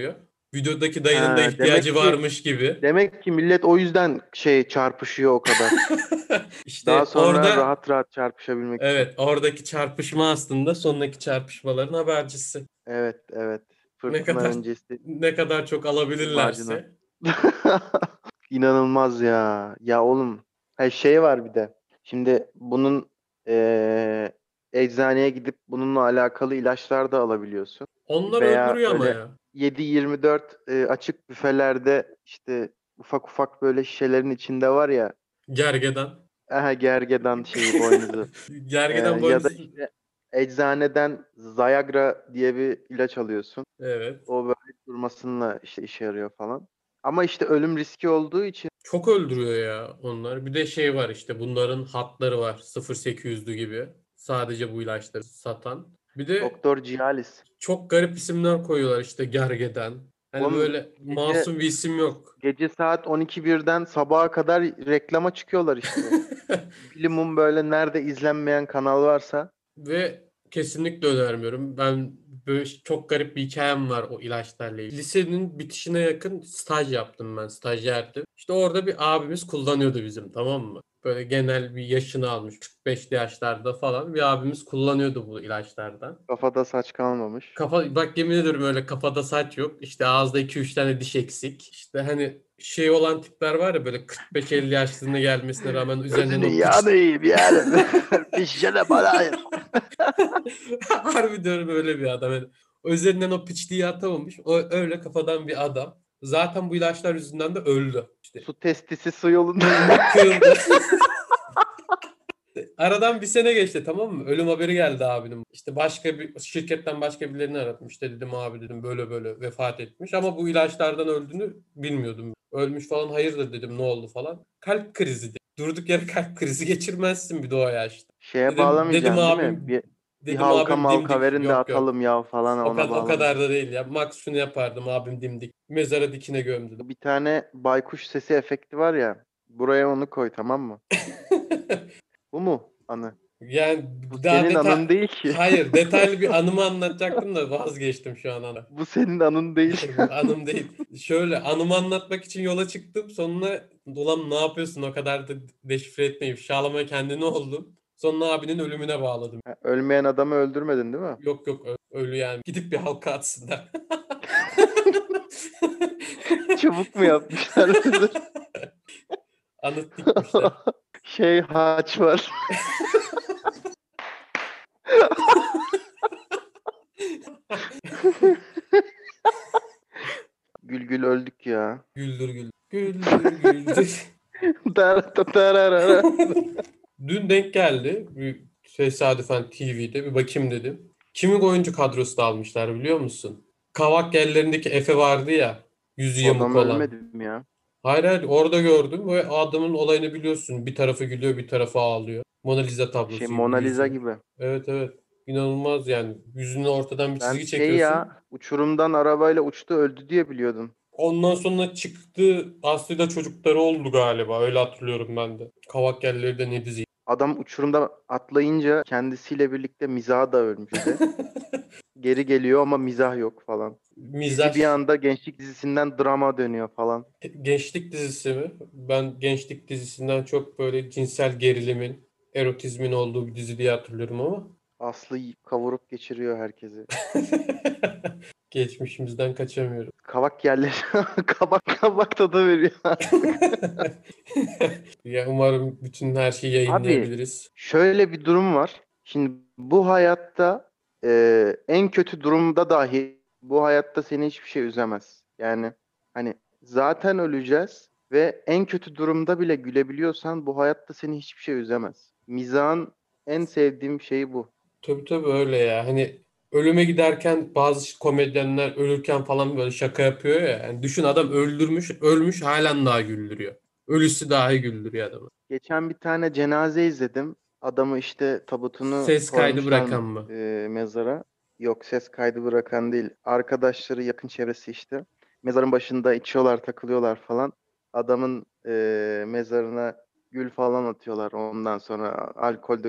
Speaker 1: Videodaki dayının da
Speaker 2: Ha,
Speaker 1: ihtiyacı varmış gibi.
Speaker 2: demek ki millet o yüzden çarpışıyor o kadar. Daha
Speaker 1: İşte
Speaker 2: sonra
Speaker 1: orada
Speaker 2: rahat rahat çarpışabilmek için.
Speaker 1: evet, oradaki çarpışma aslında sonraki çarpışmaların habercisi.
Speaker 2: Evet, evet.
Speaker 1: Ne
Speaker 2: Fırtına
Speaker 1: kadar
Speaker 2: öncesi
Speaker 1: ne kadar çok
Speaker 2: macunu.
Speaker 1: alabilirlerse.
Speaker 2: İnanılmaz ya. Ya oğlum. Var bir de. Şimdi bunun eee, eczaneye gidip bununla alakalı ilaçlar da alabiliyorsun.
Speaker 1: Onlar
Speaker 2: Veya
Speaker 1: öldürüyor ama
Speaker 2: böyle
Speaker 1: ya.
Speaker 2: 7/24 açık büfelerde işte ufak ufak böyle şişelerin içinde var ya,
Speaker 1: Gergedan.
Speaker 2: gergedan boynuzu.
Speaker 1: Gergedan
Speaker 2: Ya da
Speaker 1: boynuzu.
Speaker 2: işte eczaneden Viagra diye bir ilaç alıyorsun.
Speaker 1: Evet.
Speaker 2: O böyle durmasınla işte işe yarıyor falan. Ama işte ölüm riski olduğu için
Speaker 1: Çok öldürüyor ya onlar. Bir de şey var, işte bunların hatları var. 0800'lü gibi. Sadece bu ilaçları satan. Bir de
Speaker 2: Doktor Cialis.
Speaker 1: çok garip isimler koyuyorlar, işte gergedan. Hani
Speaker 2: Oğlum
Speaker 1: böyle
Speaker 2: gece
Speaker 1: masum bir isim yok.
Speaker 2: gece saat 12 birden sabaha kadar reklama çıkıyorlar işte. Bilimum böyle nerede izlenmeyen kanal varsa.
Speaker 1: Ve kesinlikle önermiyorum. Ben böyle çok garip bir hikayem var o ilaçlarla ilgili. Lisenin bitişine yakın staj yaptım ben. Stajyerdim. İşte orada bir abimiz kullanıyordu bizim, tamam mı? Böyle genel bir yaşını almış. 45'li yaşlarda falan bir abimiz kullanıyordu bu ilaçlardan.
Speaker 2: Kafada saç kalmamış.
Speaker 1: Bak, yemin ediyorum, öyle kafada saç yok. İşte ağızda 2-3 tane diş eksik. İşte hani şey olan tipler var ya, böyle 45-50 yaşlarına gelmesine rağmen üzerinden
Speaker 2: Gözünün
Speaker 1: o piç.
Speaker 2: yağını yiyeyim yeğenim. Pişene bana ayır.
Speaker 1: Harbi diyorum, öyle bir adam. Yani o üzerinden o piçliği atamamış. O öyle kafadan bir adam. Zaten bu ilaçlar yüzünden de öldü. İşte
Speaker 2: Su testisi su yolunda.
Speaker 1: kılını kırıldı. Aradan bir sene geçti, tamam mı? Ölüm haberi geldi abinin. İşte başka bir şirketten başka birilerini aradım. İşte dedim, abi dedim, böyle böyle vefat etmiş. Ama bu ilaçlardan öldüğünü bilmiyordum. Ölmüş falan, hayırdır dedim, ne oldu falan. Kalp krizi dedi. Durduk yere kalp krizi geçirmezsin bir de o yaşta. Dedim
Speaker 2: Bağlamayacaksın değil mi?
Speaker 1: abim,
Speaker 2: Bir
Speaker 1: dedim
Speaker 2: halka
Speaker 1: abim
Speaker 2: malka
Speaker 1: dimdik.
Speaker 2: verin de
Speaker 1: Yok yok.
Speaker 2: atalım ya falan,
Speaker 1: O
Speaker 2: ona
Speaker 1: kadar, o kadar da
Speaker 2: bağlamayacaksın.
Speaker 1: değil ya. Max şunu yapardım, abim dimdik. Mezara dikine gömdü.
Speaker 2: Bir tane baykuş sesi efekti var ya. Buraya onu koy, tamam mı? Bu mu anı?
Speaker 1: Yani
Speaker 2: Bu
Speaker 1: daha
Speaker 2: senin anın değil ki.
Speaker 1: hayır, detaylı bir anımı anlatacaktım da vazgeçtim şu an ana.
Speaker 2: Bu senin anın değil.
Speaker 1: Bu anım değil. Şöyle, anımı anlatmak için yola çıktım. Sonuna ulan ne yapıyorsun, o kadar da deşifre etmeyip şağlama kendini oldum. Sonra abinin ölümüne bağladım.
Speaker 2: Ha, ölmeyen adamı öldürmedin değil mi?
Speaker 1: Yok yok, ölü yani. Gidip bir halka atsınlar.
Speaker 2: Çubuk mu yapmışlar?
Speaker 1: Anıt dikmişler.
Speaker 2: Haç var. Gül gül öldük ya.
Speaker 1: Güldür güldür. Güldür güldür.
Speaker 2: Tararara.
Speaker 1: Dün denk geldi. Bir tesadüfen TV'de bir bakayım dedim. Kimin oyuncu kadrosu da almışlar biliyor musun? Kavak yerlerindeki Efe vardı ya. Yüzü
Speaker 2: O
Speaker 1: yamuk
Speaker 2: adam
Speaker 1: olan.
Speaker 2: ölmedi mi ya?
Speaker 1: Hayır hayır, orada gördüm ve adamın olayını biliyorsun. Bir tarafı gülüyor, bir tarafı ağlıyor. Mona Lisa tablosu gibi
Speaker 2: Mona
Speaker 1: bir
Speaker 2: Lisa
Speaker 1: yüzü var.
Speaker 2: gibi.
Speaker 1: Evet evet. İnanılmaz yani. Yüzünü ortadan bir
Speaker 2: Ben
Speaker 1: çizgi çekiyorsun.
Speaker 2: uçurumdan arabayla uçtu öldü diye biliyordum.
Speaker 1: Ondan sonra çıktı. Aslı'yla çocukları oldu galiba. Öyle hatırlıyorum ben de. Kavak yerleri de ne dizi.
Speaker 2: Adam uçurumdan atlayınca kendisiyle birlikte mizahı da ölmüş bir de. Geri geliyor ama mizah yok falan. Dizi
Speaker 1: Mizah.
Speaker 2: bir anda gençlik dizisinden drama dönüyor falan.
Speaker 1: Gençlik dizisi mi? Ben gençlik dizisinden çok böyle cinsel gerilimin, erotizmin olduğu bir dizi diye hatırlıyorum ama
Speaker 2: Aslı kavurup geçiriyor herkesi.
Speaker 1: geçmişimizden kaçamıyorum.
Speaker 2: Kavak yerleri kabak kabak tadı veriyor artık.
Speaker 1: Ya umarım bütün her şeyi
Speaker 2: Abi
Speaker 1: yayınlayabiliriz.
Speaker 2: şöyle bir durum var. Şimdi bu hayatta en kötü durumda dahi bu hayatta seni hiçbir şey üzemez. Yani hani zaten öleceğiz ve en kötü durumda bile gülebiliyorsan bu hayatta seni hiçbir şey üzemez. Mizahın en sevdiğim şeyi bu.
Speaker 1: Tabii tabii, öyle ya. Hani ölüme giderken bazı komedyenler ölürken falan böyle şaka yapıyor ya. Yani düşün, adam öldürmüş, ölmüş, halen daha güldürüyor. Ölüsü dahi güldürüyor adamı.
Speaker 2: Geçen bir tane cenaze izledim. Adamı işte tabutunu
Speaker 1: Ses kaydı
Speaker 2: koymuşlar
Speaker 1: bırakan mı?
Speaker 2: mezara. Yok, ses kaydı bırakan değil. Arkadaşları, yakın çevresi işte. Mezarın başında içiyorlar, takılıyorlar falan. Adamın mezarına gül falan atıyorlar. Ondan sonra alkol dök.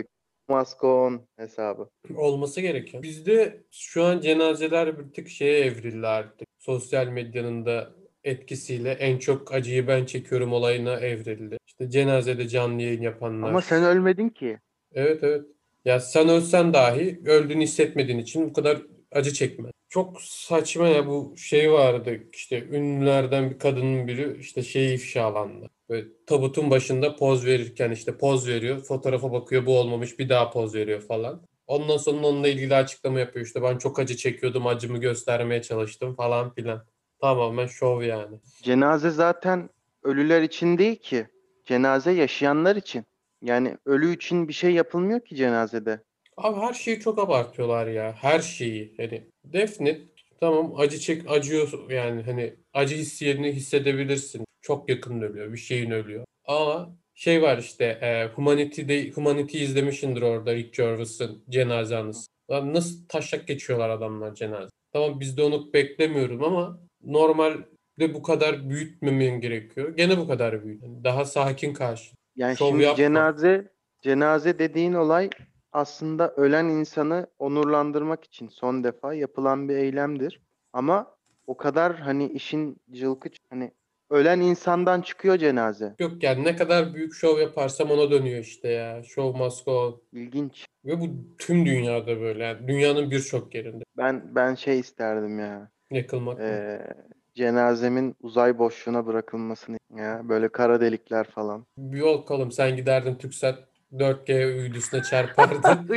Speaker 2: must go on hesabı.
Speaker 1: Olması gerekiyor. Bizde şu an cenazeler bir tık şeye evrildi artık. Sosyal medyanın da etkisiyle en çok acıyı ben çekiyorum olayına evrildi. İşte cenazede canlı yayın
Speaker 2: Ama
Speaker 1: yapanlar.
Speaker 2: sen ölmedin ki.
Speaker 1: Evet, evet. Ya sen ölsen dahi öldüğünü hissetmediğin için bu kadar acı çekme. Çok saçma ya, bu şey vardı işte, ünlülerden bir kadının biri işte şeyi ifşalandı. Böyle tabutun başında poz verirken işte poz veriyor, fotoğrafa bakıyor, bu olmamış, bir daha poz veriyor falan. Ondan sonra onunla ilgili açıklama yapıyor, işte ben çok acı çekiyordum, acımı göstermeye çalıştım falan filan. Tamamen şov yani.
Speaker 2: Cenaze zaten ölüler için değil ki. Cenaze yaşayanlar için. Yani ölü için bir şey yapılmıyor ki cenazede.
Speaker 1: Abi her şeyi çok abartıyorlar ya. Her şeyi. Hani defnet, tamam, acı çek, acıyor yani, hani acı hissiyatını hissedebilirsin. Çok yakın ölüyor. Bir şeyin ölüyor. Ama şey var işte, Humanity izlemişsindir orada, Rick Gervais'ın cenaze anısı. Lan nasıl taşak geçiyorlar adamlar cenaze. Tamam, biz de onu beklemiyorum ama normalde bu kadar büyütmemen gerekiyor. Gene bu kadar büyüt. Yani daha sakin karşı.
Speaker 2: Yani
Speaker 1: Şov
Speaker 2: şimdi
Speaker 1: yapma.
Speaker 2: cenaze dediğin olay aslında ölen insanı onurlandırmak için son defa yapılan bir eylemdir. Ama o kadar hani işin hani ölen insandan çıkıyor cenaze.
Speaker 1: Yok yani, ne kadar büyük şov yaparsam ona dönüyor işte ya. Show must go on.
Speaker 2: İlginç.
Speaker 1: Ve bu tüm dünyada böyle. Yani dünyanın birçok yerinde.
Speaker 2: Ben şey isterdim ya.
Speaker 1: Yakılmak mı?
Speaker 2: Ee, cenazemin uzay boşluğuna bırakılmasını ya. Böyle kara delikler falan.
Speaker 1: Bir yol kalım, sen giderdin TürkSat 4G uydusuna çarpardın.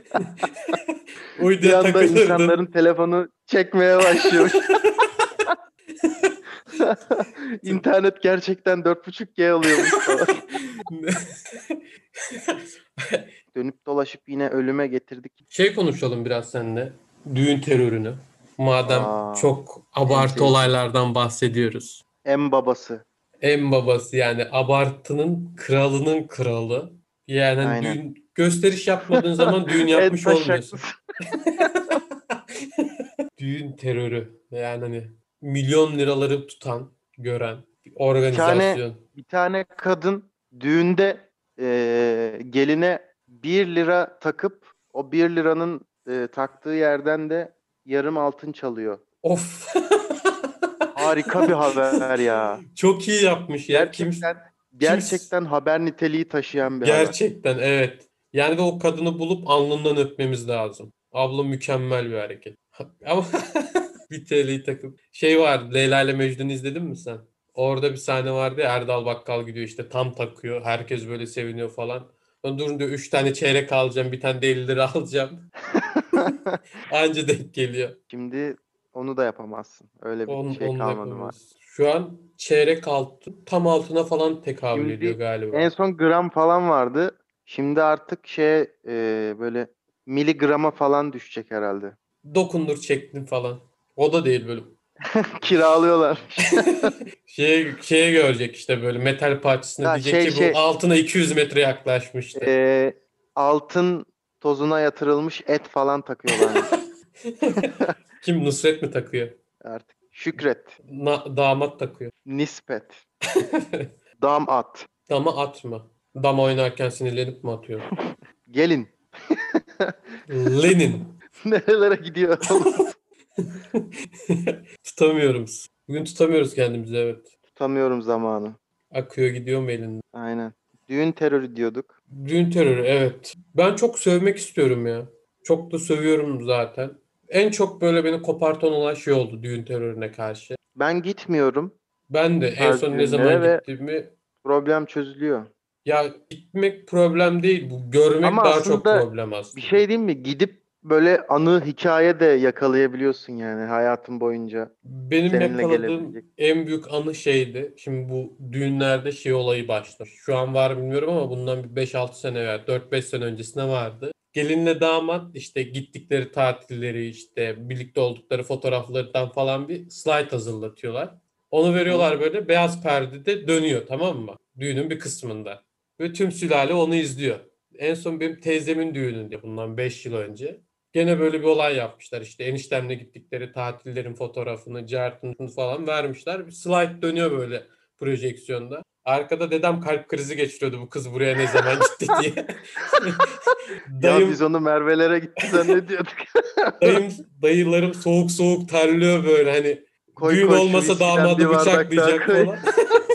Speaker 2: Bir
Speaker 1: Uyduya
Speaker 2: anda
Speaker 1: takılırdın.
Speaker 2: insanların telefonu çekmeye başlıyor. İnternet gerçekten 4.5G alıyormuş falan. Dönüp dolaşıp yine ölüme getirdik.
Speaker 1: Şey konuşalım biraz seninle. Düğün terörünü. Madem
Speaker 2: Aa,
Speaker 1: çok
Speaker 2: en
Speaker 1: abartı
Speaker 2: sevdiğim.
Speaker 1: olaylardan bahsediyoruz.
Speaker 2: En babası.
Speaker 1: En babası yani, abartının kralının kralı. Yani hani
Speaker 2: Aynen.
Speaker 1: düğün gösteriş yapmadığın zaman düğün
Speaker 2: En
Speaker 1: yapmış olmuyorsun.
Speaker 2: taşaklısı.
Speaker 1: Düğün terörü. Yani hani milyon liraları tutan, gören bir
Speaker 2: Bir tane
Speaker 1: organizasyon.
Speaker 2: bir tane kadın düğünde geline 1 lira takıp o 1 liranın taktığı yerden de yarım altın çalıyor.
Speaker 1: Of.
Speaker 2: Harika bir haber ya.
Speaker 1: Çok iyi yapmış ya.
Speaker 2: Gerçekten
Speaker 1: Kim
Speaker 2: gerçekten haber niteliği taşıyan bir haber.
Speaker 1: gerçekten, evet. Yani ve o kadını bulup alnından öpmemiz lazım. Abla, mükemmel bir hareket. Ama bir TL'yi takıp şey var, Leyla ile Mecnun'u izledin mi sen? Orada bir sahne vardı ya, Erdal Bakkal gidiyor işte, tam takıyor. Herkes böyle seviniyor falan. Ben durun diyor, 3 tane çeyrek alacağım, bir tane de 50 lira alacağım. Anca denk geliyor.
Speaker 2: Şimdi onu da yapamazsın. Öyle bir şey
Speaker 1: Onu da
Speaker 2: kalmadı mı?
Speaker 1: yapamıyoruz. Şu an çeyrek altın tam altına falan tekabül ediyor
Speaker 2: Şimdi en
Speaker 1: galiba.
Speaker 2: son gram falan vardı. Şimdi artık böyle miligrama falan düşecek herhalde.
Speaker 1: Dokundur çektin falan. O da değil böyle.
Speaker 2: Kiralıyorlar.
Speaker 1: Şeye görecek işte, böyle metal parçasını,
Speaker 2: Ya
Speaker 1: diyecek ki bu altına 200 metre yaklaşmıştı.
Speaker 2: e, altın tozuna yatırılmış et falan takıyorlarmış
Speaker 1: Kim, Nusret mi takıyor?
Speaker 2: artık. Şükret,
Speaker 1: Damat takıyor.
Speaker 2: nispet, damat,
Speaker 1: Dama atma. Dama oynarken sinirlenip mi atıyor?
Speaker 2: gelin.
Speaker 1: Lenin.
Speaker 2: Nerelere gidiyor oğlum?
Speaker 1: Tutamıyorum. Bugün tutamıyoruz kendimizi, evet.
Speaker 2: Tutamıyorum zamanı.
Speaker 1: Akıyor gidiyor mu elinden?
Speaker 2: Aynen. Düğün terörü diyorduk.
Speaker 1: Düğün terörü, evet. Ben çok sövmek istiyorum ya. Çok da sövüyorum zaten. En çok böyle beni kopartan olay şey oldu düğün terörüne karşı.
Speaker 2: Ben gitmiyorum
Speaker 1: Ben de
Speaker 2: bu
Speaker 1: en
Speaker 2: tarz
Speaker 1: son ne zaman
Speaker 2: düğünlere ve
Speaker 1: gittiğimi,
Speaker 2: problem çözülüyor.
Speaker 1: ya gitmek problem değil, bu görmek
Speaker 2: Ama
Speaker 1: daha çok
Speaker 2: aslında
Speaker 1: problem
Speaker 2: bir
Speaker 1: aslında.
Speaker 2: şey diyeyim mi? Gidip böyle anı hikaye de yakalayabiliyorsun yani hayatın boyunca.
Speaker 1: Benim
Speaker 2: Seninle
Speaker 1: yakaladığım
Speaker 2: gelebilecek.
Speaker 1: en büyük anı şeydi. Şimdi bu düğünlerde şey olayı başlar. Şu an var mı bilmiyorum ama bundan bir 5-6 sene veya 4-5 sene öncesinde vardı. Gelinle damat işte gittikleri tatilleri, işte birlikte oldukları fotoğraflardan falan bir slide hazırlatıyorlar. Onu
Speaker 2: Hı?
Speaker 1: veriyorlar, böyle beyaz perdede dönüyor, tamam mı? Düğünün bir kısmında. Ve tüm sülale onu izliyor. En son benim teyzemin düğününde, bundan 5 yıl önce. Gene böyle bir olay yapmışlar. İşte eniştemle gittikleri tatillerin fotoğrafını, cartını falan vermişler. Bir slide dönüyor böyle projeksiyonda. Arkada dedem kalp krizi geçiriyordu bu kız buraya ne zaman gitti diye.
Speaker 2: Ya biz
Speaker 1: Dayım,
Speaker 2: onu Merve'lere gitti zannediyorduk.
Speaker 1: dayım, dayılarım soğuk soğuk terliyor böyle hani
Speaker 2: Koy
Speaker 1: düğün
Speaker 2: koy şu
Speaker 1: olmasa
Speaker 2: viskiden bir
Speaker 1: damadı
Speaker 2: bardak daha
Speaker 1: bıçaklayacak
Speaker 2: koy.
Speaker 1: falan.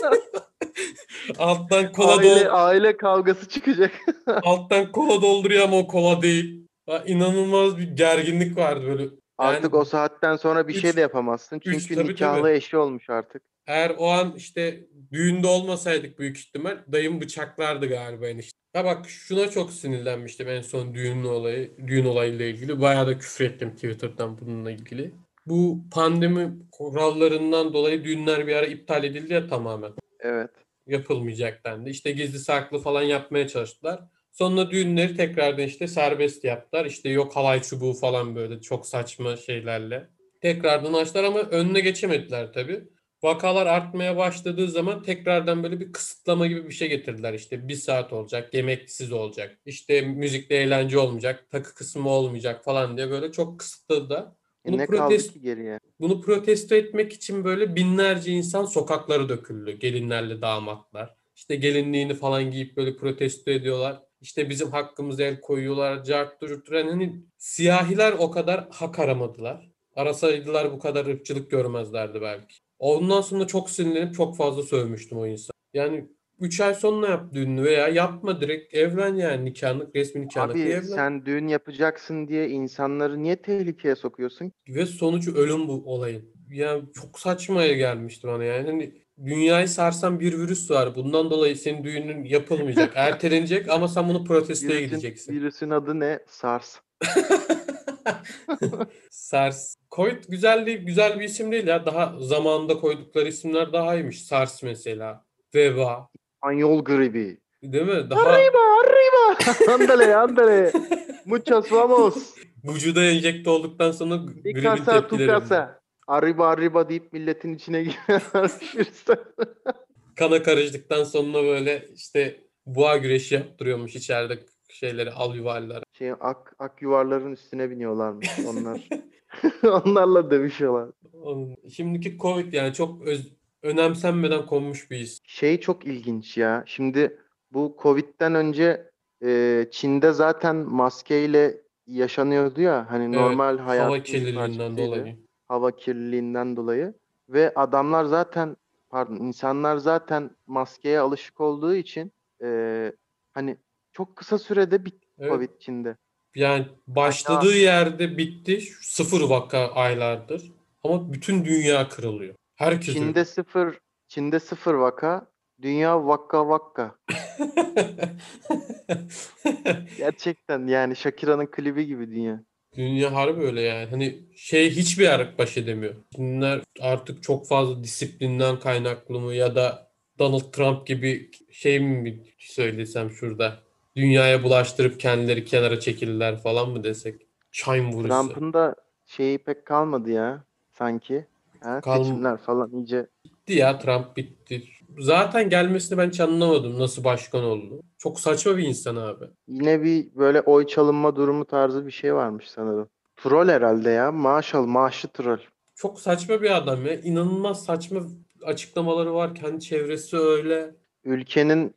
Speaker 1: Alttan kola
Speaker 2: Aile
Speaker 1: dol
Speaker 2: aile kavgası çıkacak.
Speaker 1: alttan kola dolduruyor ama o kola değil. Ha, inanılmaz bir gerginlik vardı böyle. Yani
Speaker 2: Artık o saatten sonra bir şey de
Speaker 1: 3
Speaker 2: yapamazsın.
Speaker 1: 3
Speaker 2: Çünkü
Speaker 1: tabii
Speaker 2: nikahlı
Speaker 1: tabii.
Speaker 2: eşi olmuş artık.
Speaker 1: Eğer o an işte düğünde olmasaydık büyük ihtimal dayım bıçaklardı galiba enişte. Ha bak şuna çok sinirlenmiştim en son düğün olayıyla ilgili. Bayağı da küfür ettim Twitter'dan bununla ilgili. Bu pandemi kurallarından dolayı düğünler bir ara iptal edildi ya tamamen.
Speaker 2: Evet.
Speaker 1: Yapılmayacak dendi. İşte gizli saklı falan yapmaya çalıştılar. Sonra düğünleri tekrardan işte serbest yaptılar. İşte yok halay çubuğu falan böyle çok saçma şeylerle. Tekrardan açtılar ama önüne geçemediler tabii. Vakalar artmaya başladığı zaman tekrardan böyle bir kısıtlama gibi bir şey getirdiler. İşte 1 saat olacak, yemeksiz olacak, işte müzikle eğlence olmayacak, takı kısmı olmayacak falan diye böyle çok kısıtladı da. Bunu
Speaker 2: Ne kaldı
Speaker 1: protest
Speaker 2: ki geriye?
Speaker 1: bunu protesto etmek için böyle binlerce insan sokaklara döküldü. Gelinlerle damatlar. İşte gelinliğini falan giyip böyle protesto ediyorlar. İşte bizim hakkımıza el koyuyorlar. Carttır curttur. Yani hani siyahiler o kadar hak aramadılar. Arasaydılar bu kadar ırkçılık görmezlerdi belki. Ondan sonra çok sinirlenip çok fazla sövmüştüm o insan. Yani 3 ay sonra yap düğününü veya yapma direkt evlen yani nikahını, resmi nikahını kıy
Speaker 2: Abi
Speaker 1: evlen.
Speaker 2: sen düğün yapacaksın diye insanları niye tehlikeye sokuyorsun?
Speaker 1: Ve sonucu ölüm bu olayın. Yani çok saçmaya gelmişti bana yani. Hani dünyayı sarsan bir virüs var. Bundan dolayı senin düğünün yapılmayacak. Ertelenecek ama sen bunu protestoya
Speaker 2: Virüsün
Speaker 1: gideceksin.
Speaker 2: virüsün adı ne? SARS.
Speaker 1: SARS. Covid güzel değil, güzel bir isim değil ya. Daha zamanında koydukları isimler daha iyiymiş. SARS mesela. Veba.
Speaker 2: Anyol gribi.
Speaker 1: Değil mi? Daha
Speaker 2: Arriba, arriba. Ándale, ándale. Muchos vamos.
Speaker 1: vücuda enjekte olduktan sonra
Speaker 2: Mi
Speaker 1: gripin
Speaker 2: casa, tu
Speaker 1: tepkileri bunlar.
Speaker 2: casa. Arriba, arriba deyip milletin içine giriyorlar.
Speaker 1: Kana karıştıktan sonra böyle işte boğa güreşi yaptırıyormuş içeride şeyleri al yuvarlar.
Speaker 2: Ak yuvarların üstüne biniyorlarmış onlar. Onlarla dövüşüyorlar.
Speaker 1: Şimdiki Covid yani çok önemsenmeden konmuş bir isim.
Speaker 2: Çok ilginç ya. Şimdi bu Covid'den önce Çin'de zaten maskeyle yaşanıyordu ya. Hani
Speaker 1: Evet,
Speaker 2: normal
Speaker 1: hava
Speaker 2: hayatın bir
Speaker 1: kirliliğinden
Speaker 2: parçasıydı.
Speaker 1: dolayı.
Speaker 2: Hava kirliliğinden dolayı. Ve adamlar zaten pardon insanlar zaten maskeye alışık olduğu için hani çok kısa sürede bitti
Speaker 1: Evet.
Speaker 2: Covid Çin'de.
Speaker 1: Yani
Speaker 2: Kaynağı
Speaker 1: başladığı yerde bitti. Sıfır vaka aylardır. Ama bütün dünya kırılıyor. Herkes
Speaker 2: Çin'de
Speaker 1: ölüyor.
Speaker 2: sıfır Çin'de sıfır vaka, dünya vakka vakka. Gerçekten yani Shakira'nın klibi gibi dünya.
Speaker 1: Dünya harbi öyle yani. Hani şey hiçbir yer baş edemiyor. Çinliler artık çok fazla disiplinden kaynaklı mı ya da Donald Trump gibi şey mi söylesem şurada. Dünyaya bulaştırıp kendileri kenara çekildiler falan mı desek? Çay mı vuruşsa?
Speaker 2: Trump'ın da pek kalmadı ya sanki. Ha,
Speaker 1: Kalm
Speaker 2: seçimler falan iyice.
Speaker 1: bitti ya Trump bitti. Zaten gelmesini ben hiç anlamadım nasıl başkan oldu. Çok saçma bir insan abi.
Speaker 2: Yine bir böyle oy çalınma durumu tarzı bir şey varmış sanırım. Troll herhalde ya. Maaşlı troll.
Speaker 1: Çok saçma bir adam ya. İnanılmaz saçma açıklamaları var. Kendi çevresi öyle.
Speaker 2: Ülkenin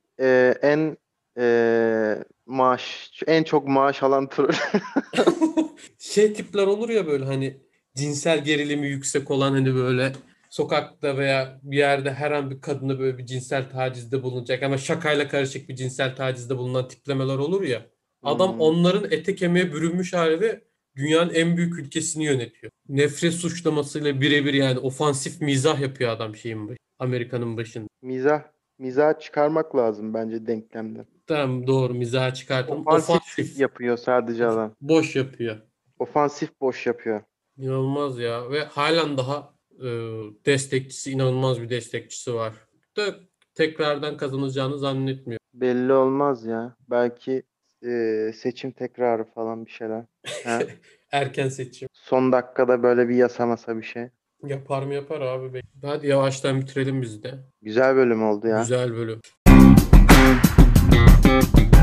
Speaker 2: en çok maaş alan troll.
Speaker 1: Şey tipler olur ya böyle hani cinsel gerilimi yüksek olan hani böyle sokakta veya bir yerde her an bir kadına böyle bir cinsel tacizde bulunacak ama şakayla karışık bir cinsel tacizde bulunan tiplemeler olur ya. Adam
Speaker 2: Hmm.
Speaker 1: onların ete kemiğe bürünmüş hali ve dünyanın en büyük ülkesini yönetiyor. Nefret suçlamasıyla birebir yani ofansif mizah yapıyor adam Amerika'nın başında.
Speaker 2: Mizah. Mizah çıkarmak lazım bence denklemden.
Speaker 1: Tamam doğru mizah çıkartalım.
Speaker 2: Ofansif
Speaker 1: Ofansif.
Speaker 2: yapıyor sadece adam.
Speaker 1: Boş yapıyor.
Speaker 2: Ofansif boş yapıyor.
Speaker 1: İnanılmaz ya ve halen daha destekçisi inanılmaz bir destekçisi var. Da tekrardan kazanacağını zannetmiyorum.
Speaker 2: Belli olmaz ya. Belki seçim tekrarı falan bir şeyler. Ha?
Speaker 1: Erken seçim.
Speaker 2: Son dakikada böyle bir yasa masa bir şey.
Speaker 1: Yapar mı yapar abi. Hadi yavaştan bitirelim biz de.
Speaker 2: Güzel bölüm oldu ya.
Speaker 1: Güzel bölüm.